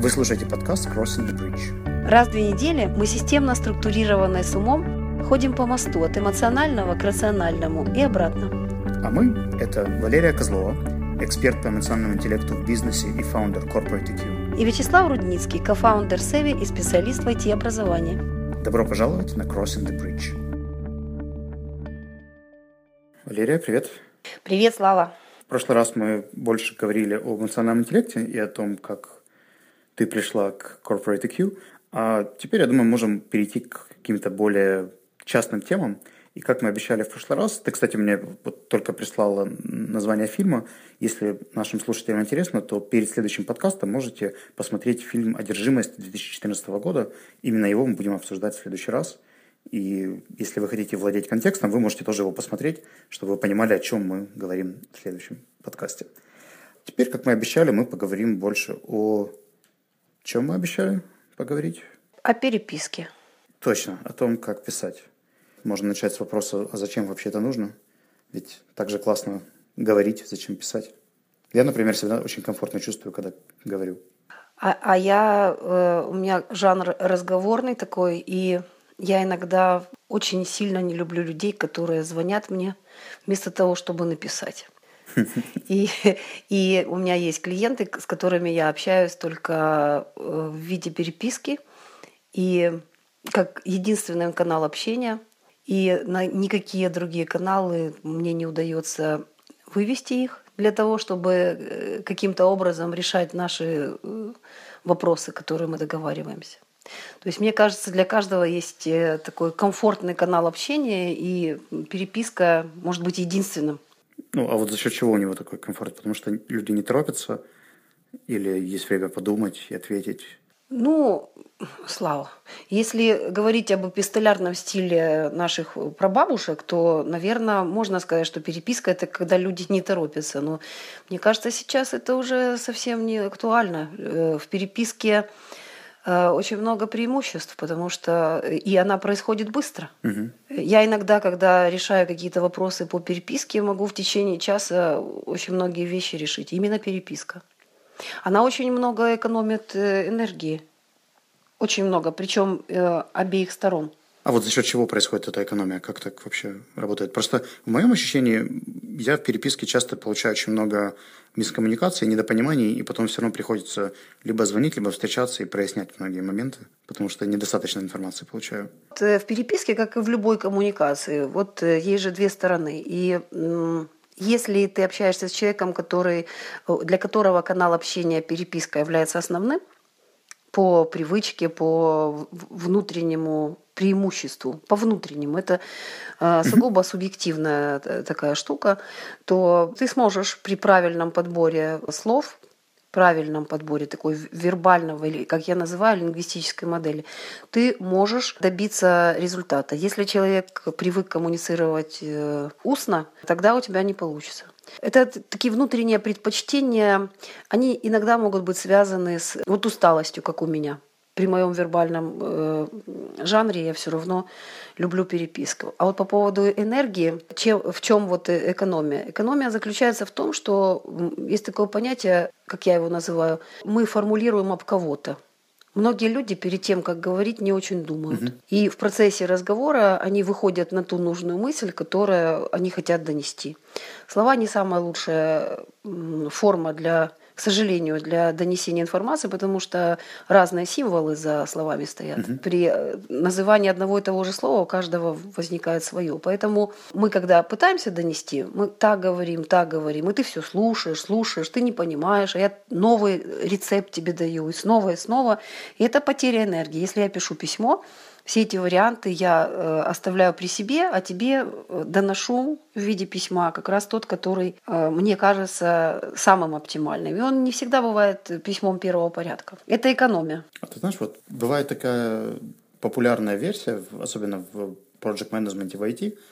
Вы слушаете подкаст Crossing the Bridge. Раз в 2 недели мы системно структурированные с умом ходим по мосту от эмоционального к рациональному и обратно. А мы – это Валерия Козлова, эксперт по эмоциональному интеллекту в бизнесе и фаундер Corporate EQ. И Вячеслав Рудницкий, кофаундер Sevi и специалист в IT-образовании. Добро пожаловать на Crossing the Bridge. Валерия, привет. Привет, Слава. В прошлый раз мы больше говорили об эмоциональном интеллекте и о том, как ты пришла к Corporate EQ, а теперь, я думаю, можем перейти к каким-то более частным темам. И как мы обещали в прошлый раз, ты, кстати, мне вот только прислала название фильма. Если нашим слушателям интересно, то перед следующим подкастом можете посмотреть фильм «Одержимость» 2014 года. Именно его мы будем обсуждать в следующий раз. И если вы хотите владеть контекстом, вы можете тоже его посмотреть, чтобы вы понимали, о чем мы говорим в следующем подкасте. Теперь, как мы обещали, мы поговорим больше о... Чем мы обещали поговорить? О переписке. Точно, о том, как писать. Можно начать с вопроса, а зачем вообще это нужно? Ведь так же классно говорить, зачем писать. Я, например, всегда очень комфортно чувствую, когда говорю. У меня жанр разговорный такой, и я иногда очень сильно не люблю людей, которые звонят мне вместо того, чтобы написать. И у меня есть клиенты, с которыми я общаюсь только в виде переписки и как единственный канал общения. И на никакие другие каналы мне не удается вывести их для того, чтобы каким-то образом решать наши вопросы, которые мы договариваемся. То есть, мне кажется, для каждого есть такой комфортный канал общения, и переписка может быть единственным. Ну, а вот за счет чего у него такой комфорт? Потому что люди не торопятся или есть время подумать и ответить? Ну, Слава, если говорить об эпистолярном стиле наших прабабушек, то, наверное, можно сказать, что переписка – это когда люди не торопятся. Но мне кажется, сейчас это уже совсем не актуально. В переписке очень много преимуществ, потому что и она происходит быстро. Угу. Я иногда, когда решаю какие-то вопросы по переписке, могу в течение часа очень многие вещи решить. Именно переписка. Она очень много экономит энергии. Очень много, причем обеих сторон. А вот за счет чего происходит эта экономия? Как так вообще работает? Просто в моем ощущении, я в переписке часто получаю очень много мискоммуникаций, недопониманий, и потом все равно приходится либо звонить, либо встречаться и прояснять многие моменты, потому что недостаточно информации получаю. В переписке, как и в любой коммуникации, вот есть же две стороны. И если ты общаешься с человеком, для которого канал общения переписка является основным, по привычке, по внутреннему преимуществу, по внутреннему, это сугубо субъективная такая штука, то ты сможешь при правильном подборе слов, правильном подборе такой вербального, или, как я называю, лингвистической модели, ты можешь добиться результата. Если человек привык коммуницировать устно, тогда у тебя не получится. Это такие внутренние предпочтения, они иногда могут быть связаны с усталостью, как у меня. При моем вербальном жанре я все равно люблю переписку. А вот по поводу энергии, в чем экономия? Экономия заключается в том, что есть такое понятие, как я его называю, мы формулируем об кого-то. Многие люди перед тем, как говорить, не очень думают. Угу. И в процессе разговора они выходят на ту нужную мысль, которую они хотят донести. Слова не самая лучшая форма к сожалению, для донесения информации, потому что разные символы за словами стоят. Угу. При назывании одного и того же слова у каждого возникает свое. Поэтому мы, когда пытаемся донести, мы так говорим, и ты все слушаешь, ты не понимаешь, а я новый рецепт тебе даю, и снова. И это потеря энергии. Если я пишу письмо, все эти варианты я оставляю при себе, а тебе доношу в виде письма как раз тот, который мне кажется самым оптимальным. И он не всегда бывает письмом первого порядка. Это экономия. А ты знаешь, вот бывает такая популярная версия, особенно в project management и в IT,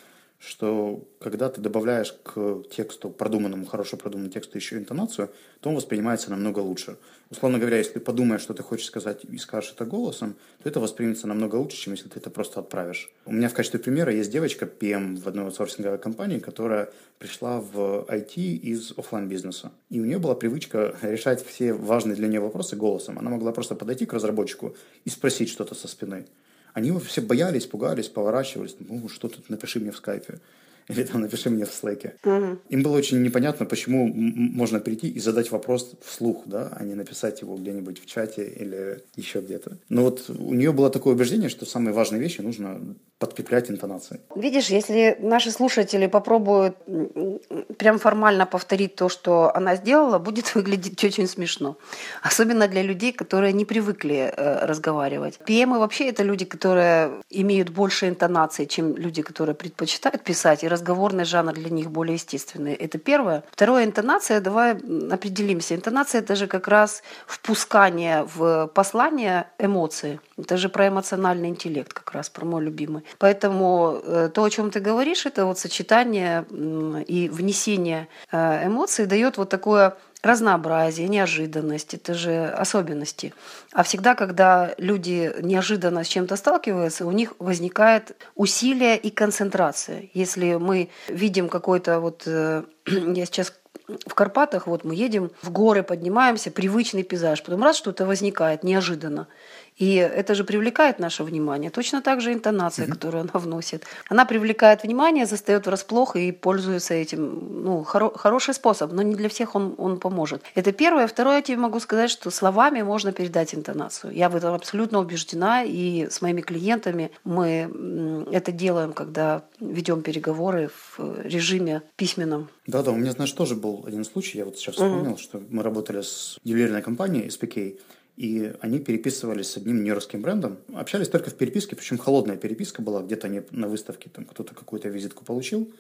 что когда ты добавляешь к тексту, хорошо продуманному тексту еще интонацию, то он воспринимается намного лучше. Условно говоря, если ты подумаешь, что ты хочешь сказать и скажешь это голосом, то это воспримется намного лучше, чем если ты это просто отправишь. У меня в качестве примера есть девочка, PM в одной аутсорсинговой компании, которая пришла в IT из офлайн-бизнеса. И у нее была привычка решать все важные для нее вопросы голосом. Она могла просто подойти к разработчику и спросить что-то со спины. Они все боялись, пугались, поворачивались. Ну, что тут, напиши мне в скайпе. Или там напиши мне в слэке. Им было очень непонятно, почему можно прийти и задать вопрос вслух, да, а не написать его где-нибудь в чате или еще где-то. Но вот у нее было такое убеждение, что самые важные вещи нужно подкреплять интонацией. Видишь, если наши слушатели попробуют прям формально повторить то, что она сделала, будет выглядеть очень смешно. Особенно для людей, которые не привыкли разговаривать. PM вообще это люди, которые имеют больше интонации, чем люди, которые предпочитают писать, и разговорный жанр для них более естественный. Это первое. Второе, интонация. Давай определимся. Интонация – это же как раз впускание в послание эмоций. Это же про эмоциональный интеллект, как раз про мой любимый. Поэтому то, о чем ты говоришь, это вот сочетание и внесение эмоций дает вот такое разнообразие, неожиданность, это же особенности. А всегда, когда люди неожиданно с чем-то сталкиваются, у них возникает усилие и концентрация. Если мы видим какой-то вот... Я сейчас в Карпатах, вот мы едем в горы, поднимаемся, привычный пейзаж, потом раз что-то возникает неожиданно. И это же привлекает наше внимание. Точно так же интонация, которую она вносит. Она привлекает внимание, застает врасплох и пользуется этим. Ну, хороший способ, но не для всех он поможет. Это первое. Второе, я тебе могу сказать, что словами можно передать интонацию. Я в этом абсолютно убеждена, и с моими клиентами мы это делаем, когда ведем переговоры в режиме письменном. Да, у меня, знаешь, тоже был один случай, я вот сейчас вспомнил, что мы работали с ювелирной компанией SPK, и они переписывались с одним нью-йоркским брендом. Общались только в переписке, причем холодная переписка была, где-то они на выставке, там кто-то какую-то визитку получил.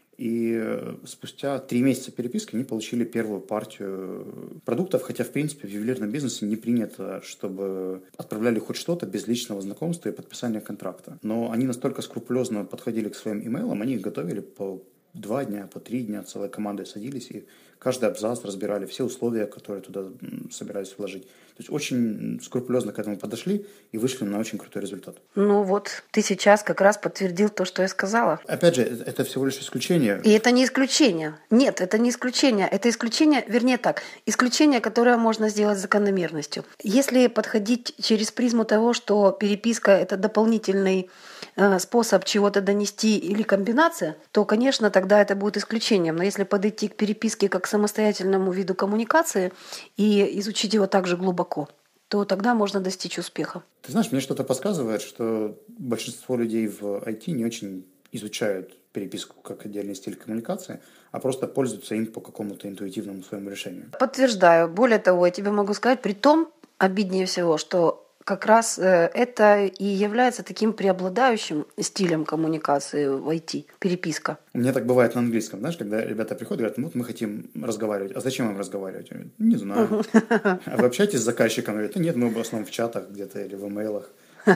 И спустя 3 месяца переписки они получили первую партию продуктов, хотя, в принципе, в ювелирном бизнесе не принято, чтобы отправляли хоть что-то без личного знакомства и подписания контракта. Но они настолько скрупулезно подходили к своим имейлам, они их готовили по 2 дня, по 3 дня, целой командой садились и каждый абзац разбирали, все условия, которые туда собирались вложить. То есть очень скрупулезно к этому подошли и вышли на очень крутой результат. Ну вот, ты сейчас как раз подтвердил то, что я сказала. Опять же, это всего лишь исключение. И это не исключение. Нет, это не исключение. Это исключение, вернее так, исключение, которое можно сделать закономерностью. Если подходить через призму того, что переписка – это дополнительный способ чего-то донести или комбинация, то, конечно, тогда это будет исключением. Но если подойти к переписке как к самостоятельному виду коммуникации и изучить его также глубоко, то тогда можно достичь успеха. Ты знаешь, мне что-то подсказывает, что большинство людей в IT не очень изучают переписку как отдельный стиль коммуникации, а просто пользуются им по какому-то интуитивному своему решению. Подтверждаю. Более того, я тебе могу сказать, при том обиднее всего, что как раз это и является таким преобладающим стилем коммуникации в IT, переписка. У меня так бывает на английском, знаешь, когда ребята приходят и говорят, вот мы хотим разговаривать. А зачем вам разговаривать? Я говорю, не знаю. А вы общаетесь с заказчиком? Говорят, нет, мы в основном в чатах где-то или в имейлах.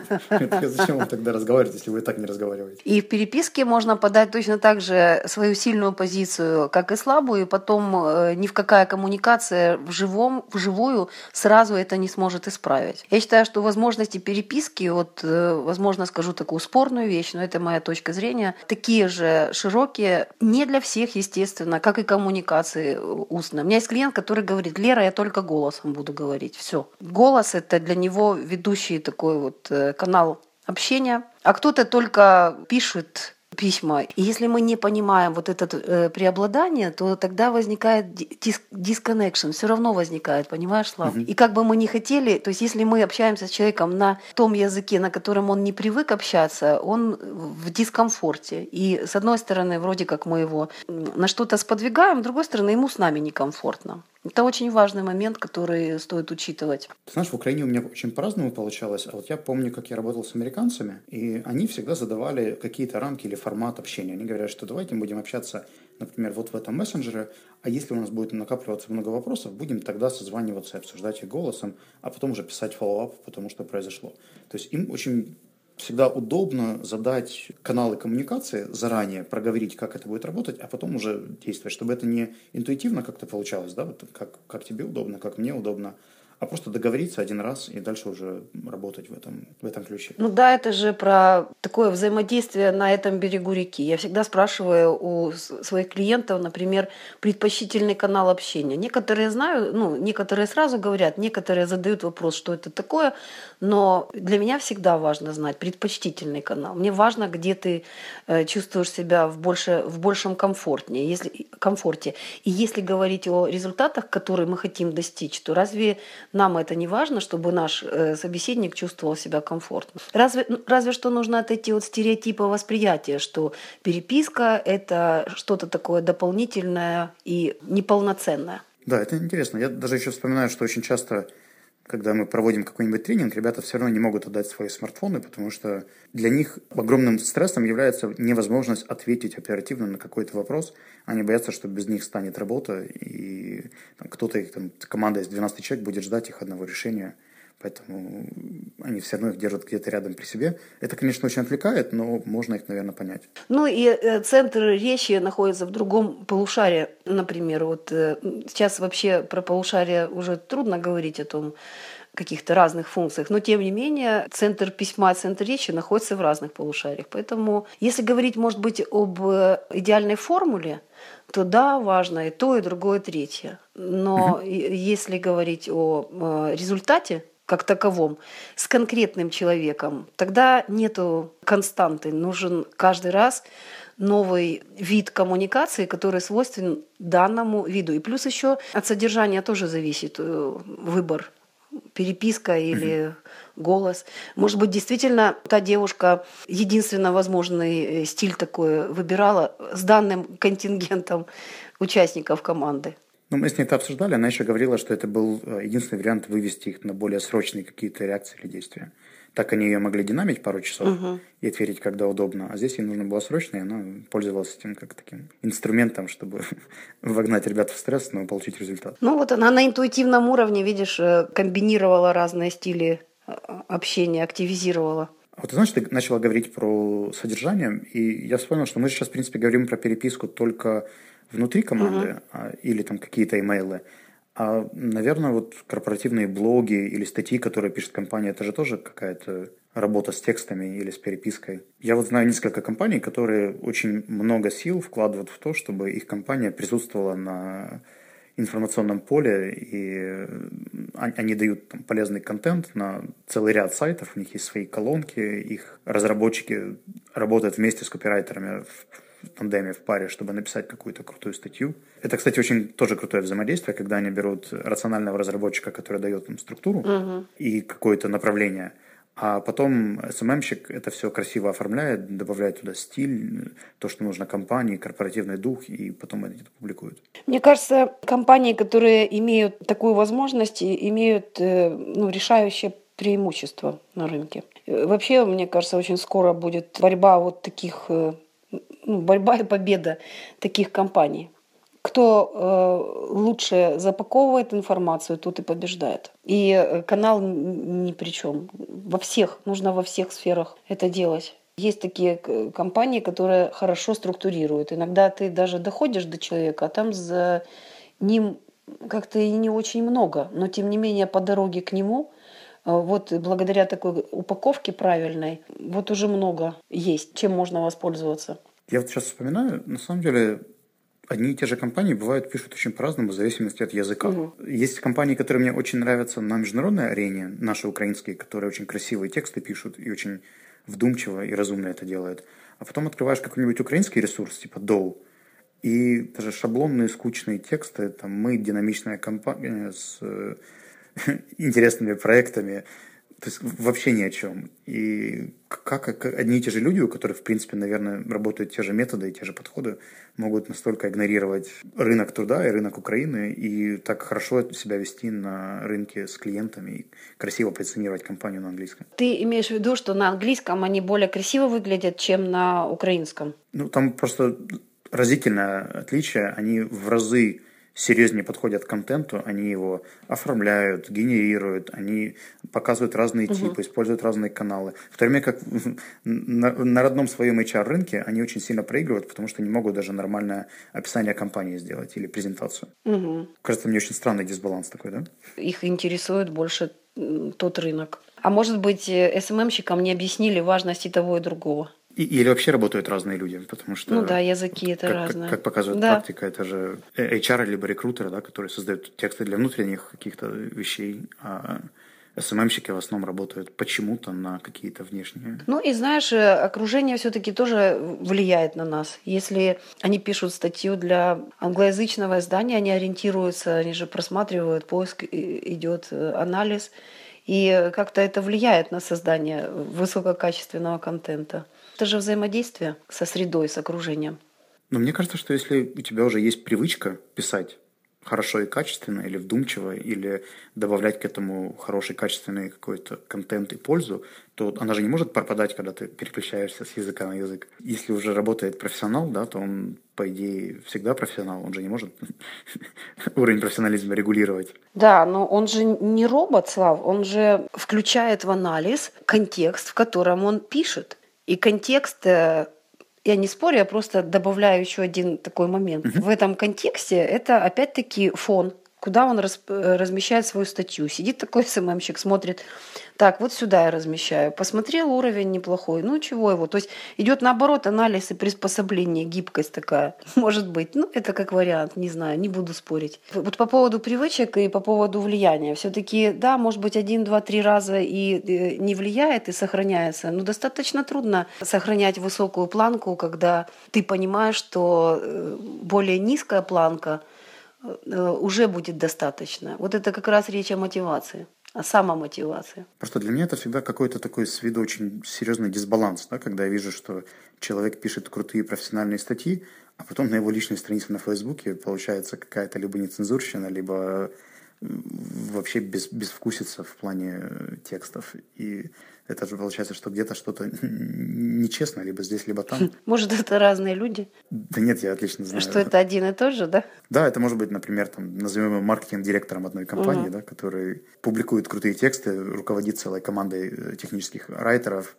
Зачем вам тогда разговаривать, если вы и так не разговариваете? И в переписке можно подать точно так же свою сильную позицию, как и слабую, и потом ни в какая коммуникация вживую сразу это не сможет исправить. Я считаю, что возможности переписки, вот, возможно, скажу такую спорную вещь, но это моя точка зрения, такие же широкие, не для всех, естественно, как и коммуникации устно. У меня есть клиент, который говорит, Лера, я только голосом буду говорить, все. Голос – это для него ведущий такой вот канал общения, а кто-то только пишет письма. И если мы не понимаем вот это преобладание, то тогда возникает disconnection, все равно возникает, понимаешь, Слав? И как бы мы ни хотели, то есть если мы общаемся с человеком на том языке, на котором он не привык общаться, он в дискомфорте. И с одной стороны, вроде как мы его на что-то сподвигаем, с другой стороны, ему с нами некомфортно. Это очень важный момент, который стоит учитывать. Ты знаешь, в Украине у меня очень по-разному получалось. А вот я помню, как я работал с американцами, и они всегда задавали какие-то рамки или формат общения. Они говорят, что давайте мы будем общаться, например, вот в этом мессенджере, а если у нас будет накапливаться много вопросов, будем тогда созваниваться и обсуждать их голосом, а потом уже писать фоллоуап, потому что произошло. То есть им очень всегда удобно задать каналы коммуникации заранее, проговорить, как это будет работать, а потом уже действовать, чтобы это не интуитивно как-то получалось, да, вот как тебе удобно, как мне удобно, а просто договориться один раз и дальше уже работать в этом ключе. Ну да, это же про такое взаимодействие на этом берегу реки. Я всегда спрашиваю у своих клиентов, например, предпочтительный канал общения. Некоторые знают, некоторые сразу говорят, некоторые задают вопрос, что это такое, но для меня всегда важно знать предпочтительный канал. Мне важно, где ты чувствуешь себя в большем комфорте. И если говорить о результатах, которые мы хотим достичь, то разве нам это не важно, чтобы наш собеседник чувствовал себя комфортно? Разве что нужно отойти от стереотипа восприятия, что переписка – это что-то такое дополнительное и неполноценное. Да, это интересно. Я даже еще вспоминаю, что очень часто, когда мы проводим какой-нибудь тренинг, ребята все равно не могут отдать свои смартфоны, потому что для них огромным стрессом является невозможность ответить оперативно на какой-то вопрос. Они боятся, что без них станет работа, и кто-то их, команда из 12 человек будет ждать их одного решения. Поэтому они все равно их держат где-то рядом при себе. Это, конечно, очень отвлекает, но можно их, наверное, понять. Ну и центр речи находится в другом полушарии, например. Вот сейчас вообще про полушарие уже трудно говорить о том, каких-то разных функциях, но тем не менее центр письма, центр речи находится в разных полушариях. Поэтому если говорить, может быть, об идеальной формуле, то да, важно и то, и другое, и третье. Но если говорить о результате как таковом, с конкретным человеком, тогда нету константы. Нужен каждый раз новый вид коммуникации, который свойственен данному виду. И плюс еще от содержания тоже зависит выбор. Переписка или голос. Может быть, действительно, та девушка единственно возможный стиль такой выбирала с данным контингентом участников команды. Ну, мы с ней это обсуждали, она еще говорила, что это был единственный вариант вывести их на более срочные какие-то реакции или действия. Так они ее могли динамить пару часов и ответить, когда удобно. А здесь ей нужно было срочно, и она пользовалась этим как таким инструментом, чтобы вогнать ребят в стресс, но получить результат. Ну вот она на интуитивном уровне, видишь, комбинировала разные стили общения, активизировала. Вот ты знаешь, ты начала говорить про содержание, и я вспомнил, что мы сейчас, в принципе, говорим про переписку только внутри команды или там какие-то имейлы. А, наверное, вот корпоративные блоги или статьи, которые пишет компания, это же тоже какая-то работа с текстами или с перепиской. Я вот знаю несколько компаний, которые очень много сил вкладывают в то, чтобы их компания присутствовала на информационном поле, и они дают там полезный контент на целый ряд сайтов, у них есть свои колонки, их разработчики работают вместе с копирайтерами в тандеме, в паре, чтобы написать какую-то крутую статью. Это, кстати, очень тоже крутое взаимодействие, когда они берут рационального разработчика, который дает им структуру и какое-то направление, а потом SMM-щик это все красиво оформляет, добавляет туда стиль, то, что нужно компании, корпоративный дух, и потом это публикуют. Мне кажется, компании, которые имеют такую возможность, имеют решающее преимущество на рынке. Вообще, мне кажется, очень скоро будет борьба вот таких, борьба и победа таких компаний. Кто лучше запаковывает информацию, тот и побеждает. И канал ни при чем. Нужно во всех сферах это делать. Есть такие компании, которые хорошо структурируют. Иногда ты даже доходишь до человека, а там за ним как-то и не очень много. Но тем не менее по дороге к нему, вот благодаря такой упаковке правильной, вот уже много есть, чем можно воспользоваться. Я вот сейчас вспоминаю, на самом деле, одни и те же компании бывают пишут очень по-разному в зависимости от языка. Есть компании, которые мне очень нравятся на международной арене, наши украинские, которые очень красивые тексты пишут и очень вдумчиво и разумно это делают. А потом открываешь какой-нибудь украинский ресурс, типа Доу, и даже шаблонные скучные тексты, там мы динамичная компания с интересными проектами, то есть вообще ни о чем. И как одни и те же люди, у которых, в принципе, наверное, работают те же методы и те же подходы, могут настолько игнорировать рынок труда и рынок Украины и так хорошо себя вести на рынке с клиентами и красиво позиционировать компанию на английском. Ты имеешь в виду, что на английском они более красиво выглядят, чем на украинском? Ну, там просто разительное отличие. Они в разы серьезнее подходят к контенту, они его оформляют, генерируют, они показывают разные типы, используют разные каналы. В то время как на родном своем HR-рынке они очень сильно проигрывают, потому что не могут даже нормальное описание компании сделать или презентацию. Кажется, мне очень странный дисбаланс такой, да? Их интересует больше тот рынок. А может быть, СММщикам не объяснили важности того и другого? Или вообще работают разные люди, потому что... Ну да, языки это разные. Как показывает практика, это же HR либо рекрутеры, да, которые создают тексты для внутренних каких-то вещей, а СММщики в основном работают почему-то на какие-то внешние. Ну и знаешь, окружение все-таки тоже влияет на нас. Если они пишут статью для англоязычного издания, они ориентируются, они же просматривают, поиск идет, анализ. И как-то это влияет на создание высококачественного контента. Это же взаимодействие со средой, с окружением. Но мне кажется, что если у тебя уже есть привычка писать хорошо и качественно, или вдумчиво, или добавлять к этому хороший, качественный какой-то контент и пользу, то она же не может пропадать, когда ты переключаешься с языка на язык. Если уже работает профессионал, да, то он, по идее, всегда профессионал, он же не может уровень профессионализма регулировать. Да, но он же не робот, Слав, он же включает в анализ контекст, в котором он пишет. И контекст, я не спорю, я просто добавляю еще один такой момент. В этом контексте это опять-таки фон, куда он размещает свою статью. Сидит такой СММщик, смотрит, так, вот сюда я размещаю. Посмотрел, уровень неплохой, ну чего его. То есть идет наоборот анализ и приспособление, гибкость такая. Может быть, ну это как вариант, не знаю, не буду спорить. Вот по поводу привычек и по поводу влияния. Все-таки, да, может быть, 1, 2, 3 раза и не влияет, и сохраняется. Но достаточно трудно сохранять высокую планку, когда ты понимаешь, что более низкая планка уже будет достаточно. Вот это как раз речь о мотивации, о самомотивации. Просто для меня это всегда какой-то такой с виду очень серьезный дисбаланс, да, когда я вижу, что человек пишет крутые профессиональные статьи, а потом на его личной странице на Фейсбуке получается какая-то либо нецензурщина, либо вообще безвкусица в плане текстов. И это же получается, что где-то что-то нечестно, либо здесь, либо там. Может, это разные люди? Да нет, я отлично знаю. Что это один и тот же, да? Да, это может быть, например, там, назовем его маркетинг-директором одной компании, да, который публикует крутые тексты, руководит целой командой технических райтеров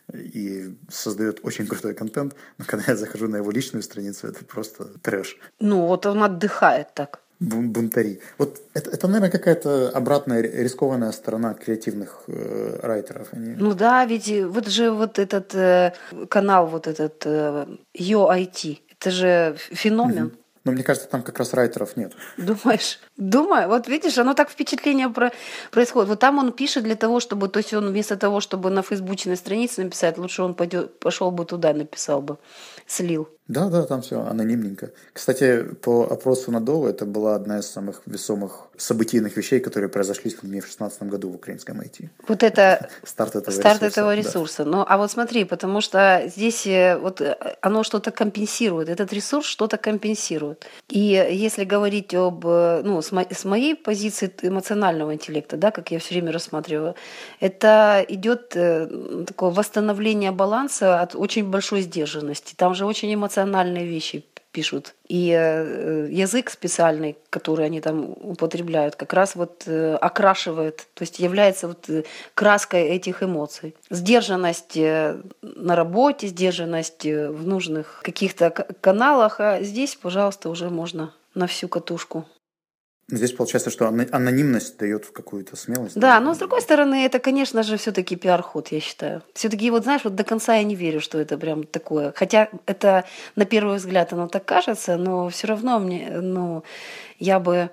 и создает очень крутой контент. Но когда я захожу на его личную страницу, это просто трэш. Ну, вот он отдыхает так. Бунтари. Вот это, наверное, какая-то обратная рискованная сторона креативных райтеров. Ну да, ведь вот же вот этот канал, вот этот YoIT, это же феномен. Но мне кажется, там как раз райтеров нет. Думаешь? Думаю. Вот видишь, оно так впечатление происходит. Вот там он пишет для того, чтобы, то есть он вместо того, чтобы на фейсбучной странице написать, лучше он пошел бы туда, написал бы, слил. Да, там все анонимненько. Кстати, по опросу на Доу, это была одна из самых весомых событийных вещей, которые произошли с людьми в 2016 году в украинском IT. Вот это старт этого ресурса. Да. Ну, а вот смотри, потому что здесь вот оно что-то компенсирует, этот ресурс что-то компенсирует. И если говорить об, ну, с моей позиции эмоционального интеллекта, да, как я все время рассматриваю, это идет такое восстановление баланса от очень большой сдержанности. Там же очень эмоциональные вещи пишут. И язык специальный, который они там употребляют, как раз вот окрашивает, то есть является вот краской этих эмоций. Сдержанность на работе, сдержанность в нужных каких-то каналах, а здесь, пожалуйста, уже можно на всю катушку. Здесь получается, что анонимность дает какую-то смелость. Да, но с другой стороны, это, конечно же, все-таки пиар-ход, я считаю. Все-таки, вот знаешь, вот до конца я не верю, что это прям такое. Хотя это на первый взгляд оно так кажется, но все равно мне, ну, я бы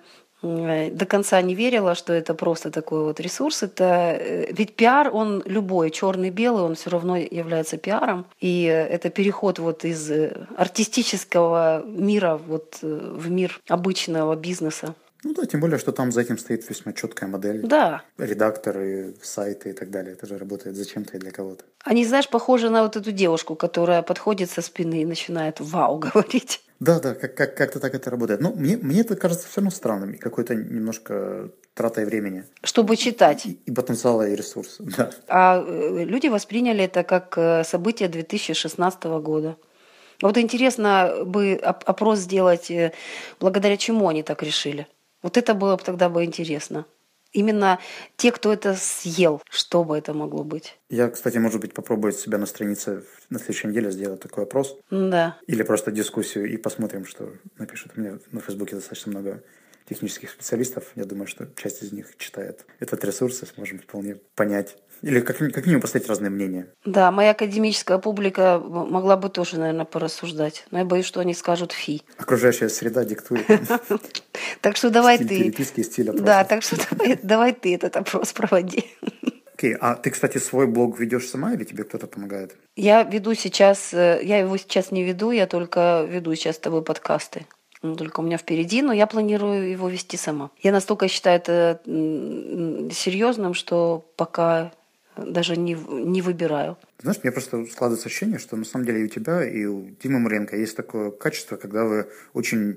до конца не верила, что это просто такой вот ресурс. Это ведь пиар, он любой, черный-белый, он все равно является пиаром. И это переход вот из артистического мира вот в мир обычного бизнеса. Ну да, тем более, что там за этим стоит весьма четкая модель. Да. Редакторы, сайты и так далее. Это же работает зачем-то и для кого-то. Они, знаешь, похожи на вот эту девушку, которая подходит со спины и начинает «вау» говорить. Да, как-то так это работает. Но мне это кажется все равно странным и какой-то немножко тратой времени. Чтобы читать. И потенциала, и ресурса, да. А люди восприняли это как событие 2016 года. Вот интересно бы опрос сделать, благодаря чему они так решили. Вот это было бы тогда бы интересно. Именно те, кто это съел, что бы это могло быть. Я, кстати, может быть, попробую себя на странице на следующей неделе сделать такой опрос. Да. Или просто дискуссию и посмотрим, что напишут. У меня на Фейсбуке достаточно много технических специалистов. Я думаю, что часть из них читает этот ресурс, и сможем вполне понять. Или как минимум поставить разные мнения. Да, моя академическая публика могла бы тоже, наверное, порассуждать. Но я боюсь, что они скажут фи. Окружающая среда диктует так что давай стиль ты. переписки и стиль опроса. Да, так что давай ты этот опрос проводи. Окей, а ты, кстати, свой блог ведешь сама или тебе кто-то помогает? Я веду сейчас, я его сейчас не веду, я только веду сейчас с тобой подкасты. Он только у меня впереди, но я планирую его вести сама. Я настолько считаю это серьезным, что пока даже не выбираю. Знаешь, мне просто складывается ощущение, что на самом деле и у тебя, и у Димы Муренко есть такое качество, когда вы очень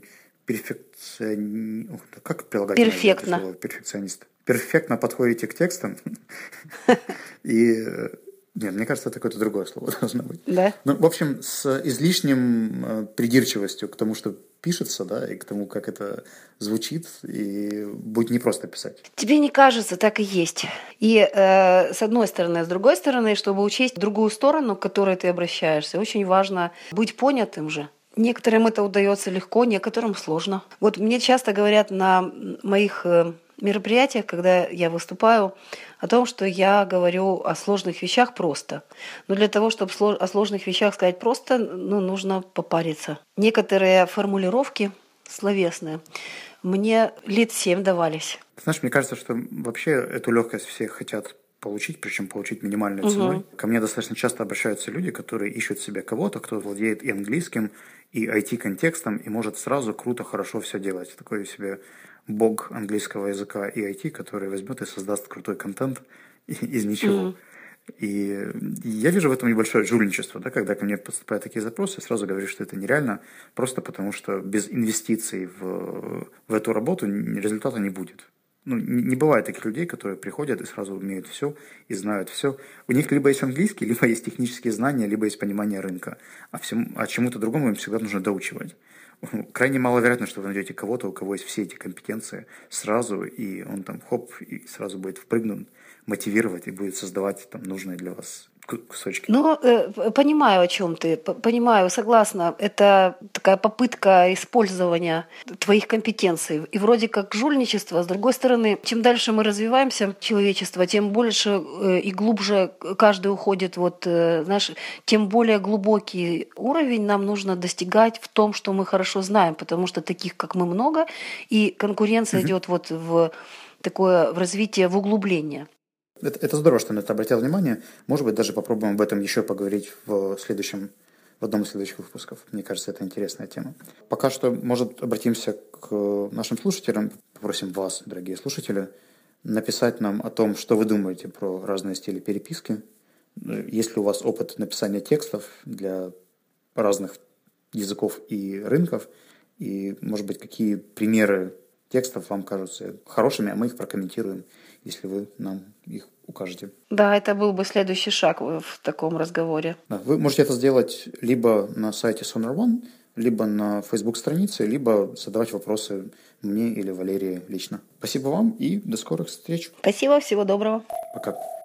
как прилагать перфектно. слово перфекционист? Перфектно подходите к текстам. И нет, мне кажется, это какое-то другое слово должно быть. Да? Ну, в общем, с излишним придирчивостью к тому, что пишется, да, и к тому, как это звучит, и будет непросто писать. Тебе не кажется, так и есть. И с одной стороны, с другой стороны, чтобы учесть другую сторону, к которой ты обращаешься, очень важно быть понятым же. Некоторым это удается легко, некоторым сложно. Вот мне часто говорят на моих мероприятиях, когда я выступаю, о том, что я говорю о сложных вещах просто. Но для того, чтобы о сложных вещах сказать просто, нужно попариться. Некоторые формулировки словесные мне лет 7 давались. Знаешь, мне кажется, что вообще эту легкость все хотят получить, причем получить минимальной ценой. Ко мне достаточно часто обращаются люди, которые ищут себе кого-то, кто владеет и английским, и IT-контекстом, и может сразу круто, хорошо все делать. Такой себе бог английского языка и IT, который возьмет и создаст крутой контент из ничего. И я вижу в этом небольшое жульничество, да, когда ко мне поступают такие запросы, сразу говорю, что это нереально, просто потому что без инвестиций в эту работу результата не будет. Не бывает таких людей, которые приходят и сразу умеют все и знают все. У них либо есть английский, либо есть технические знания, либо есть понимание рынка. А чему-то другому им всегда нужно доучивать. Крайне маловероятно, что вы найдете кого-то, у кого есть все эти компетенции сразу, и он там хоп, и сразу будет впрыгнут, мотивировать и будет создавать там нужные для вас кусочки. Понимаю, о чем ты. Понимаю, согласна. Это такая попытка использования твоих компетенций. И вроде как жульничество. С другой стороны, чем дальше мы развиваемся, человечество, тем больше и глубже каждый уходит. Тем более глубокий уровень нам нужно достигать в том, что мы хорошо знаем. Потому что таких, как мы, много. И конкуренция идет в такое в развитие, в углубление. Это здорово, что на это обратил внимание. Может быть, даже попробуем об этом еще поговорить в одном из следующих выпусков. Мне кажется, это интересная тема. Пока что, может, обратимся к нашим слушателям. Попросим вас, дорогие слушатели, написать нам о том, что вы думаете про разные стили переписки. Есть ли у вас опыт написания текстов для разных языков и рынков? И, может быть, какие примеры текстов вам кажутся хорошими, а мы их прокомментируем, если вы нам их укажете. Да, это был бы следующий шаг в таком разговоре. Да, вы можете это сделать либо на сайте SonarOne, либо на Facebook-странице, либо задавать вопросы мне или Валерии лично. Спасибо вам и до скорых встреч. Спасибо, всего доброго. Пока.